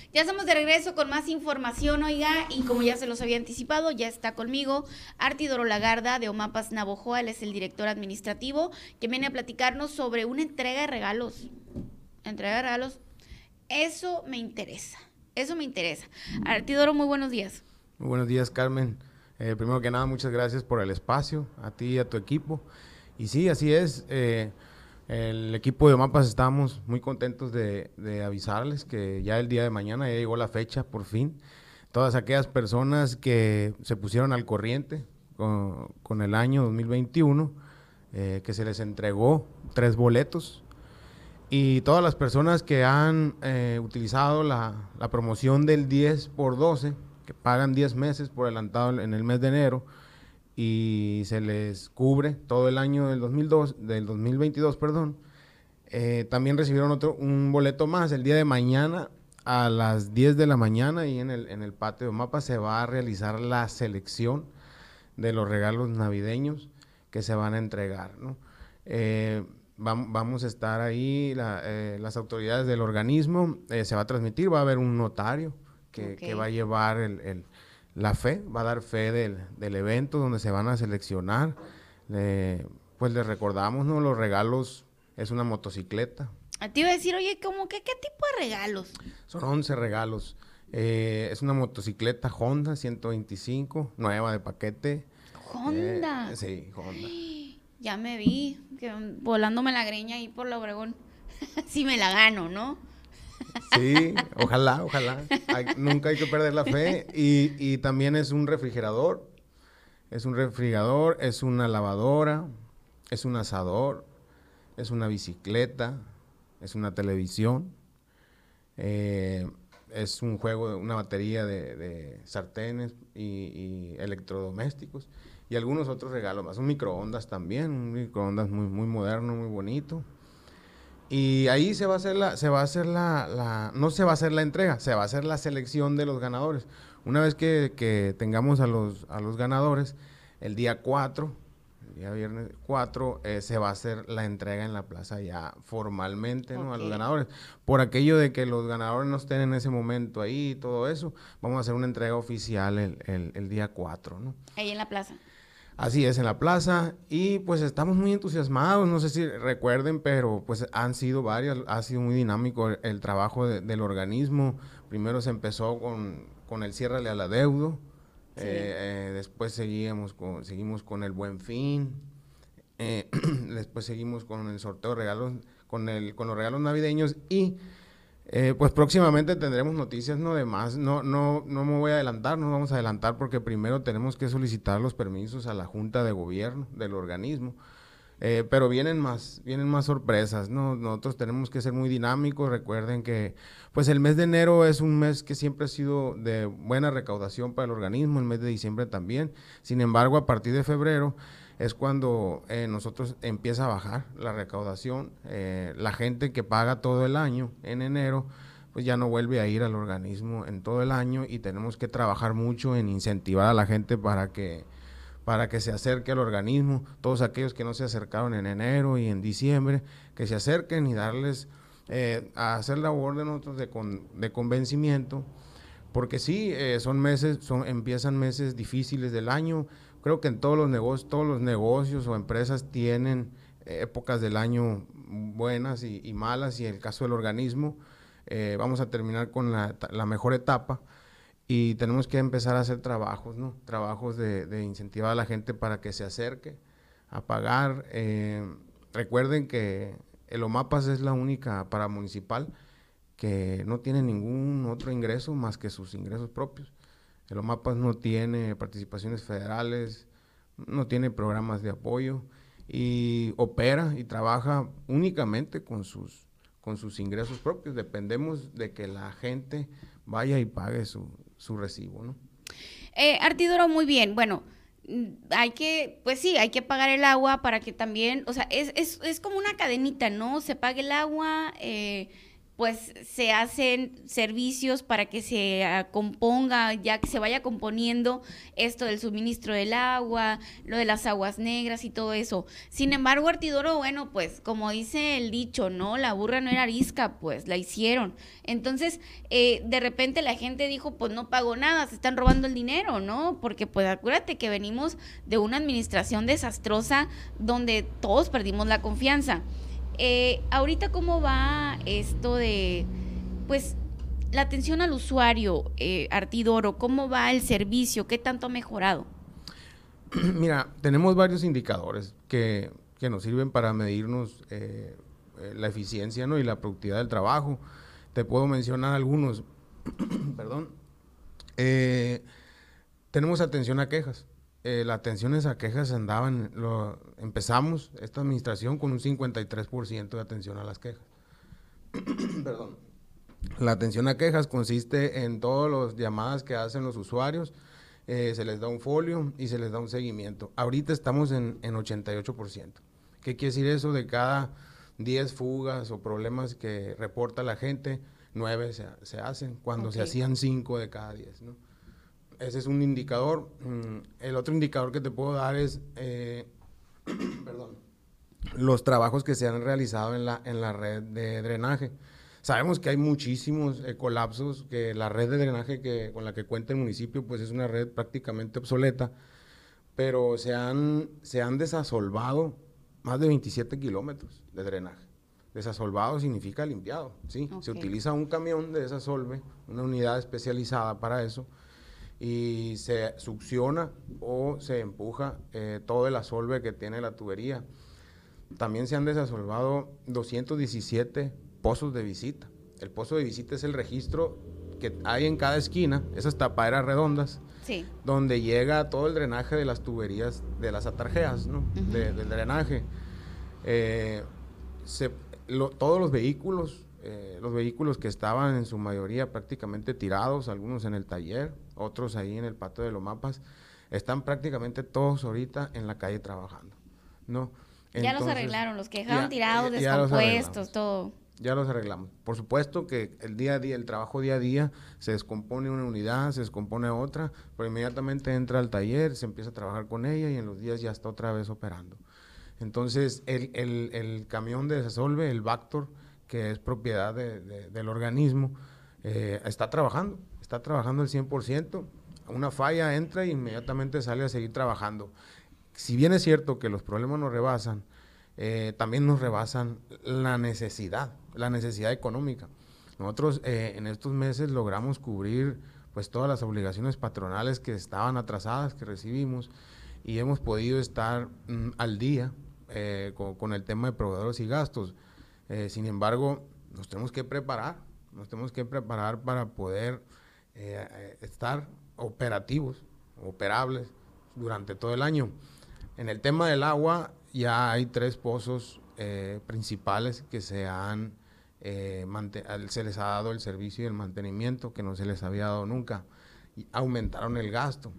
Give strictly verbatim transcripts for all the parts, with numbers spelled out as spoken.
Ya estamos de regreso con más información, oiga, y como ya se los había anticipado, ya está conmigo Artidoro Lagarda de Omapas Navojoa, él es el director administrativo, que viene a platicarnos sobre una entrega de regalos. Entrega de regalos, eso me interesa, eso me interesa. Artidoro, muy buenos días. Muy buenos días, Carmen. Eh, primero que nada, muchas gracias por el espacio, a ti y a tu equipo. Y sí, así es. Eh, el equipo de Omapas estamos muy contentos de, de avisarles que ya el día de mañana ya llegó la fecha, por fin. Todas aquellas personas que se pusieron al corriente con, con el año dos mil veintiuno, eh, que se les entregó tres boletos. Y todas las personas que han eh, utilizado la, la promoción del diez por doce, que pagan diez meses por adelantado en el mes de enero y se les cubre todo el año del, dos mil dos, del dos mil veintidós, perdón, eh, también recibieron otro, un boleto más. El día de mañana a las diez de la mañana y en el, en el patio de Mapa se va a realizar la selección de los regalos navideños que se van a entregar, ¿no? Eh, Vamos a estar ahí, la, eh, las autoridades del organismo, eh, se va a transmitir, va a haber un notario que, okay. que va a llevar el, el, la fe, va a dar fe del, del evento donde se van a seleccionar. Eh, pues les recordamos, ¿no? Los regalos, es una motocicleta. Te iba a decir, oye, ¿cómo que qué tipo de regalos? Son once regalos. Eh, es una motocicleta Honda ciento veinticinco, nueva de paquete. ¿Honda? Eh, sí, Honda. Ya me vi, que volándome la greña ahí por la Obregón. Si me la gano, ¿no? Sí, ojalá, ojalá. Hay, nunca hay que perder la fe. Y, y también es un refrigerador. Es un refrigerador, es una lavadora, es un asador, es una bicicleta, es una televisión, eh, es un juego, una batería de, de sartenes y, y electrodomésticos. Y algunos otros regalos más, un microondas también, un microondas muy, muy moderno, muy bonito. Y ahí se va a hacer la, se va a hacer la, la, no se va a hacer la entrega, se va a hacer la selección de los ganadores. Una vez que, que tengamos a los, a los ganadores, el día cuatro, el día viernes cuatro, eh, se va a hacer la entrega en la plaza ya formalmente, ¿no? Okay. A los ganadores. Por aquello de que los ganadores no estén en ese momento ahí y todo eso, vamos a hacer una entrega oficial el, el, el día cuatro, ¿no? Ahí en la plaza. Así es, en la plaza, y pues estamos muy entusiasmados, no sé si recuerden, pero pues han sido varias, ha sido muy dinámico el, el trabajo de, del organismo. Primero se empezó con, con el ciérrale al adeudo, sí. eh, eh, después seguimos con, seguimos con el Buen Fin, eh, después seguimos con el sorteo de regalos, con, el, con los regalos navideños y... Eh, pues próximamente tendremos noticias, no de más, no, no, no me voy a adelantar, no vamos a adelantar porque primero tenemos que solicitar los permisos a la Junta de Gobierno del organismo, eh, pero vienen más, vienen más sorpresas, ¿no? Nosotros tenemos que ser muy dinámicos. Recuerden que pues el mes de enero es un mes que siempre ha sido de buena recaudación para el organismo, el mes de diciembre también. Sin embargo, a partir de febrero es cuando eh, nosotros empieza a bajar la recaudación. Eh, la gente que paga todo el año en enero, pues ya no vuelve a ir al organismo en todo el año y tenemos que trabajar mucho en incentivar a la gente para que, para que se acerque al organismo. Todos aquellos que no se acercaron en enero y en diciembre, que se acerquen y darles, eh, a hacer labor de nosotros de, con, de convencimiento, porque sí, eh, son meses, son, empiezan meses difíciles del año. Creo que en todos los negocios, todos los negocios o empresas tienen eh, épocas del año buenas y, y malas, y en el caso del organismo eh, vamos a terminar con la, la mejor etapa y tenemos que empezar a hacer trabajos, ¿no? Trabajos de, de incentivar a la gente para que se acerque a pagar. Eh, recuerden que el Omapas es la única paramunicipal que no tiene ningún otro ingreso más que sus ingresos propios. El Omapas no tiene participaciones federales, no tiene programas de apoyo y opera y trabaja únicamente con sus, con sus ingresos propios. Dependemos de que la gente vaya y pague su, su recibo, ¿no? Eh, Artidoro, muy bien. Bueno, hay que, pues sí, hay que pagar el agua para que también, o sea, es, es, es como una cadenita, ¿no? Se paga el agua, eh, pues se hacen servicios para que se uh, componga, ya que se vaya componiendo esto del suministro del agua, lo de las aguas negras y todo eso. Sin embargo, Artidoro, bueno, pues como dice el dicho, ¿no? La burra no era arisca, pues la hicieron. Entonces, eh, de repente la gente dijo, pues no pagó nada, se están robando el dinero, ¿no? Porque pues acuérdate que venimos de una administración desastrosa donde todos perdimos la confianza. Eh, ahorita, ¿cómo va esto de, pues, la atención al usuario, eh, Artidoro? ¿Cómo va el servicio? ¿Qué tanto ha mejorado? Mira, tenemos varios indicadores que, que nos sirven para medirnos eh, la eficiencia, ¿no? Y la productividad del trabajo. Te puedo mencionar algunos. Perdón. Eh, tenemos atención a quejas. Eh, la atención a esas quejas andaban, lo, empezamos esta administración con un cincuenta y tres por ciento de atención a las quejas. Perdón. La atención a quejas consiste en todas las llamadas que hacen los usuarios, eh, se les da un folio y se les da un seguimiento. Ahorita estamos en, en ochenta y ocho por ciento. ¿Qué quiere decir eso? De cada diez fugas o problemas que reporta la gente, nueve se, se hacen, cuando okay. se hacían cinco de cada diez, ¿no? Ese es un indicador. El otro indicador que te puedo dar es eh, perdón, los trabajos que se han realizado en la, en la red de drenaje. Sabemos que hay muchísimos eh, colapsos, que la red de drenaje que, con la que cuenta el municipio pues es una red prácticamente obsoleta, pero se han, se han desasolvado más de veintisiete kilómetros de drenaje. Desasolvado significa limpiado, ¿sí? Okay. Se utiliza un camión de desasolve, una unidad especializada para eso, y se succiona o se empuja eh, todo el asolve que tiene la tubería. También se han desasolvado doscientos diecisiete pozos de visita. El pozo de visita es el registro que hay en cada esquina, esas tapaderas redondas, sí. donde llega todo el drenaje de las tuberías, de las atarjeas, ¿no? Uh-huh. de, del drenaje. Eh, se, lo, todos los vehículos, eh, los vehículos que estaban en su mayoría prácticamente tirados, algunos en el taller, otros ahí en el patio de Lomapas, están prácticamente todos ahorita en la calle trabajando, ¿no? Entonces, ya los arreglaron, los que dejaron ya, tirados, ya, ya descompuestos, todo. Ya los arreglamos. Por supuesto que el día a día, el trabajo día a día, se descompone una unidad, se descompone otra, pero inmediatamente entra al taller, se empieza a trabajar con ella y en los días ya está otra vez operando. Entonces, el, el, el camión de desasolve, el Vactor, que es propiedad de, de, del organismo, eh, está trabajando, está trabajando al cien por ciento. Una falla entra e inmediatamente sale a seguir trabajando. Si bien es cierto que los problemas nos rebasan, eh, también nos rebasan la necesidad, la necesidad económica. Nosotros eh, en estos meses logramos cubrir pues todas las obligaciones patronales que estaban atrasadas, que recibimos, y hemos podido estar mm, al día eh, con, con el tema de proveedores y gastos. Eh, sin embargo, nos tenemos que preparar, nos tenemos que preparar para poder eh, estar operativos, operables durante todo el año. En el tema del agua, ya hay tres pozos eh, principales que se han, eh, se les ha dado el servicio y el mantenimiento que no se les había dado nunca. Y aumentaron el gasto.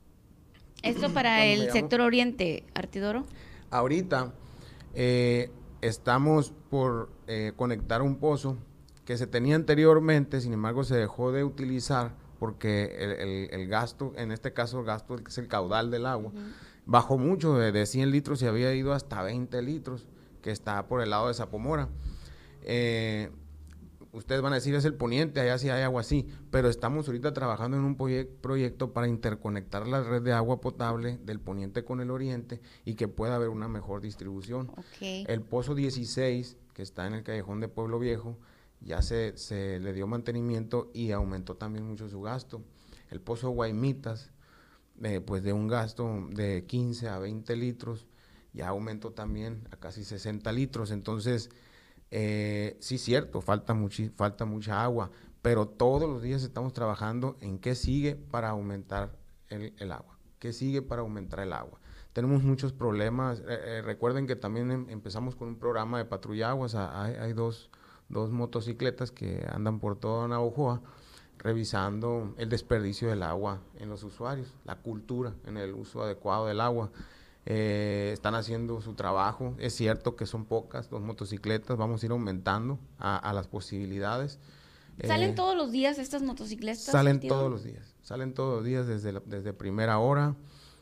¿Esto para el sector oriente, Artidoro? Ahorita eh, estamos por eh, conectar un pozo que se tenía anteriormente, sin embargo se dejó de utilizar porque el, el, el gasto, en este caso el gasto que es el caudal del agua, uh-huh. bajó mucho, de, de cien litros y había ido hasta veinte litros, que está por el lado de Zapomora. Eh, ustedes van a decir, es el poniente, allá sí hay agua así, pero estamos ahorita trabajando en un proye- proyecto para interconectar la red de agua potable del poniente con el oriente y que pueda haber una mejor distribución. Okay. El pozo dieciséis, que está en el callejón de Pueblo Viejo, ya se, se le dio mantenimiento y aumentó también mucho su gasto. El pozo Guaymitas, eh, pues de un gasto de quince a veinte litros, ya aumentó también a casi sesenta litros. Entonces, eh, sí cierto, falta, muchi, falta mucha agua, pero todos los días estamos trabajando en qué sigue para aumentar el, el agua, qué sigue para aumentar el agua. Tenemos muchos problemas, eh, eh, recuerden que también em, empezamos con un programa de patrulla aguas, hay, hay dos, dos motocicletas que andan por toda Navojoa revisando el desperdicio del agua en los usuarios, la cultura en el uso adecuado del agua. eh, están haciendo su trabajo. Es cierto que son pocas las motocicletas, vamos a ir aumentando a, a las posibilidades. ¿Salen eh, todos los días estas motocicletas? Salen Artidoro? todos los días, salen todos los días desde, la, desde primera hora.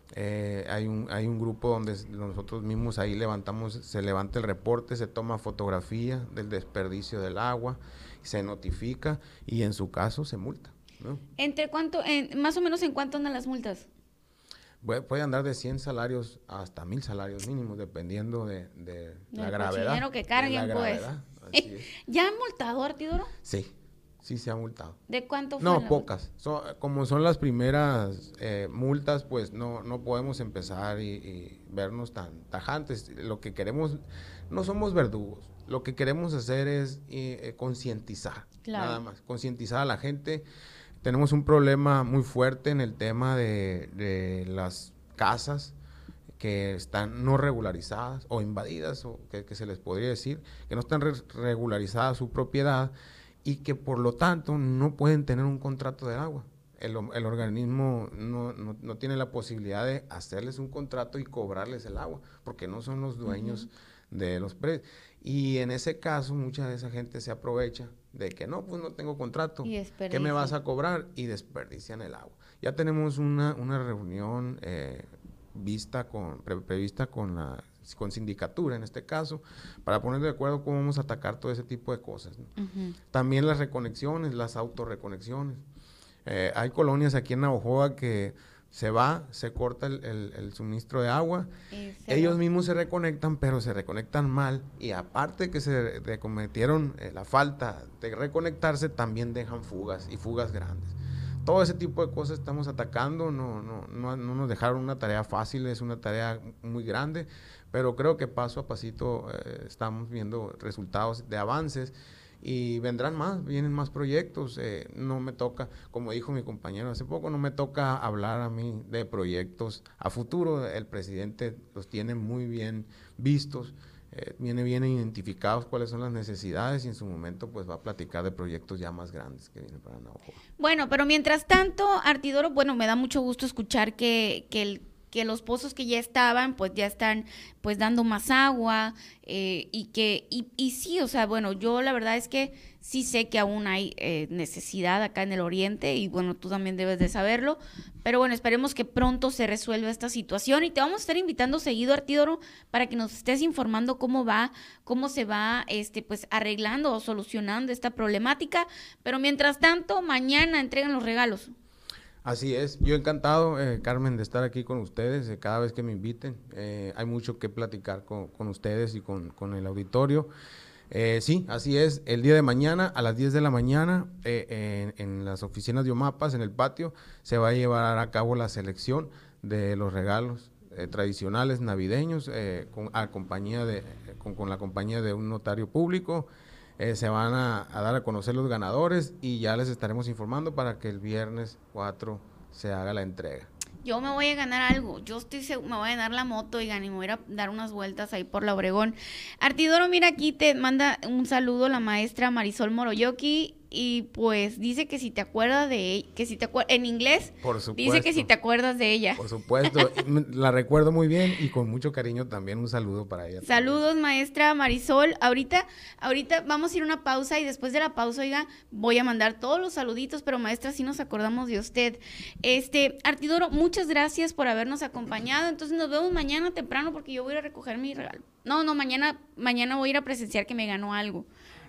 Eh, hay, un, hay un grupo donde nosotros mismos ahí levantamos, se levanta el reporte, se toma fotografía del desperdicio del agua, se notifica y en su caso se multa, ¿no? ¿Entre cuánto, en, más o menos en cuánto andan las multas? Puede, puede andar de cien salarios hasta mil salarios mínimos, dependiendo de, de la Del gravedad. cochinero que carguen, de la pues. gravedad, así es. ¿Ya han multado, Artidoro? Sí, sí se ha multado. ¿De cuánto fue? No, la pocas. So, como son las primeras eh, multas, pues no, no podemos empezar y, y vernos tan tajantes. Lo que queremos, no somos verdugos. Lo que queremos hacer es eh, concientizar, Claro. nada más. Concientizar a la gente. Tenemos un problema muy fuerte en el tema de, de las casas que están no regularizadas o invadidas, o que, que se les podría decir, que no están re regularizadas su propiedad, y que por lo tanto no pueden tener un contrato de agua. El, el organismo no, no, no tiene la posibilidad de hacerles un contrato y cobrarles el agua, porque no son los dueños uh-huh. de los predios. Y en ese caso, mucha de esa gente se aprovecha de que no, pues no tengo contrato, ¿qué me vas a cobrar? Y desperdician el agua. Ya tenemos una, una reunión eh, vista con, pre, prevista con la con sindicatura en este caso, para poner de acuerdo cómo vamos a atacar todo ese tipo de cosas, ¿no? Uh-huh. También las reconexiones, las autorreconexiones. Eh, hay colonias aquí en Navojoa que se va, se corta el, el, el suministro de agua, ellos va. mismos se reconectan, pero se reconectan mal, y aparte de que se de cometieron eh, la falta de reconectarse, también dejan fugas, y fugas grandes. Todo ese tipo de cosas estamos atacando, no, no, no, no nos dejaron una tarea fácil, es una tarea muy grande, pero creo que paso a pasito eh, estamos viendo resultados de avances, y vendrán más, vienen más proyectos. Eh, no me toca, como dijo mi compañero hace poco, no me toca hablar a mí de proyectos a futuro. El presidente los tiene muy bien vistos, eh, viene bien identificados cuáles son las necesidades, y en su momento pues va a platicar de proyectos ya más grandes que vienen para Navojoa. Bueno, pero mientras tanto, Artidoro, bueno, me da mucho gusto escuchar que, que el que los pozos que ya estaban, pues ya están pues dando más agua, eh, y que, y, y sí, o sea, bueno, yo la verdad es que sí sé que aún hay eh, necesidad acá en el oriente, y bueno, tú también debes de saberlo, pero bueno, esperemos que pronto se resuelva esta situación, y te vamos a estar invitando seguido, Artidoro, para que nos estés informando cómo va, cómo se va, este, pues arreglando o solucionando esta problemática, pero mientras tanto, mañana entregan los regalos. Así es, yo encantado, eh, Carmen, de estar aquí con ustedes, eh, cada vez que me inviten. Eh, hay mucho que platicar con, con ustedes y con, con el auditorio. Eh, sí, así es, el día de mañana a las diez de la mañana, eh, en, en las oficinas de Omapas, en el patio, se va a llevar a cabo la selección de los regalos eh, tradicionales navideños, eh, con, a compañía de, con, con la compañía de un notario público. Eh, se van a, a dar a conocer los ganadores, y ya les estaremos informando para que el viernes cuatro se haga la entrega. Yo me voy a ganar algo, yo estoy me voy a ganar la moto, oigan, y me voy a ir a dar unas vueltas ahí por la Obregón. Artidoro, mira, aquí te manda un saludo la maestra Marisol Moroyoki, y pues dice que si te acuerdas de ella, que si te acuerdas, en inglés, por supuesto, dice que si te acuerdas de ella. Por supuesto, la recuerdo muy bien, y con mucho cariño también un saludo para ella. Saludos, también. Maestra Marisol. Ahorita, ahorita vamos a ir a una pausa, y después de la pausa, oiga, voy a mandar todos los saluditos, pero maestra, sí nos acordamos de usted. Este, Artidoro, muchas gracias por habernos acompañado. Entonces nos vemos mañana temprano, porque yo voy a ir a recoger mi regalo. No, no, mañana, mañana voy a ir a presenciar que me ganó algo.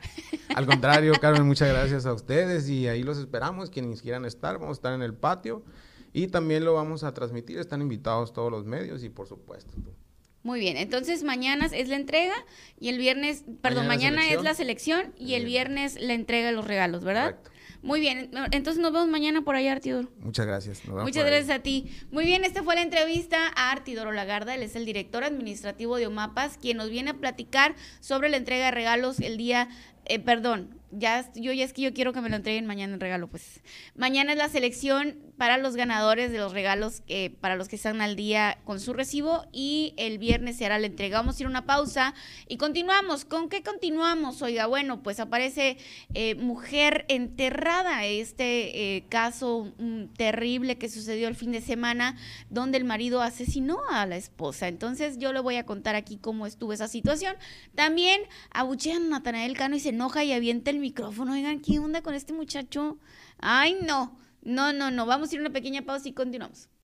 Al contrario, Carmen, muchas gracias a ustedes, y ahí los esperamos, quienes quieran estar, vamos a estar en el patio, y también lo vamos a transmitir, están invitados todos los medios, y por supuesto. Muy bien, entonces mañana es la entrega, y el viernes, perdón, mañana, mañana es la selección, y el viernes la entrega de los regalos, ¿verdad? Correcto. Muy bien, entonces nos vemos mañana por allá, Artidoro. Muchas gracias. Muchas gracias a ti. Muy bien, esta fue la entrevista a Artidoro Lagarda, él es el director administrativo de Omapas, quien nos viene a platicar sobre la entrega de regalos el día, eh, perdón, Ya, yo ya es que yo quiero que me lo entreguen mañana en regalo, pues. Mañana es la selección para los ganadores de los regalos, eh, para los que están al día con su recibo, y el viernes se hará la entrega. Vamos a ir a una pausa y continuamos. ¿Con qué continuamos? Oiga, bueno, pues aparece eh, mujer enterrada, este eh, caso um, terrible que sucedió el fin de semana, donde el marido asesinó a la esposa. Entonces yo le voy a contar aquí cómo estuvo esa situación. También abuchean a Natanael Cano y se enoja y avienta el micrófono. Oigan, ¿qué onda con este muchacho? Ay, no, no, no, no. Vamos a ir a una pequeña pausa y continuamos.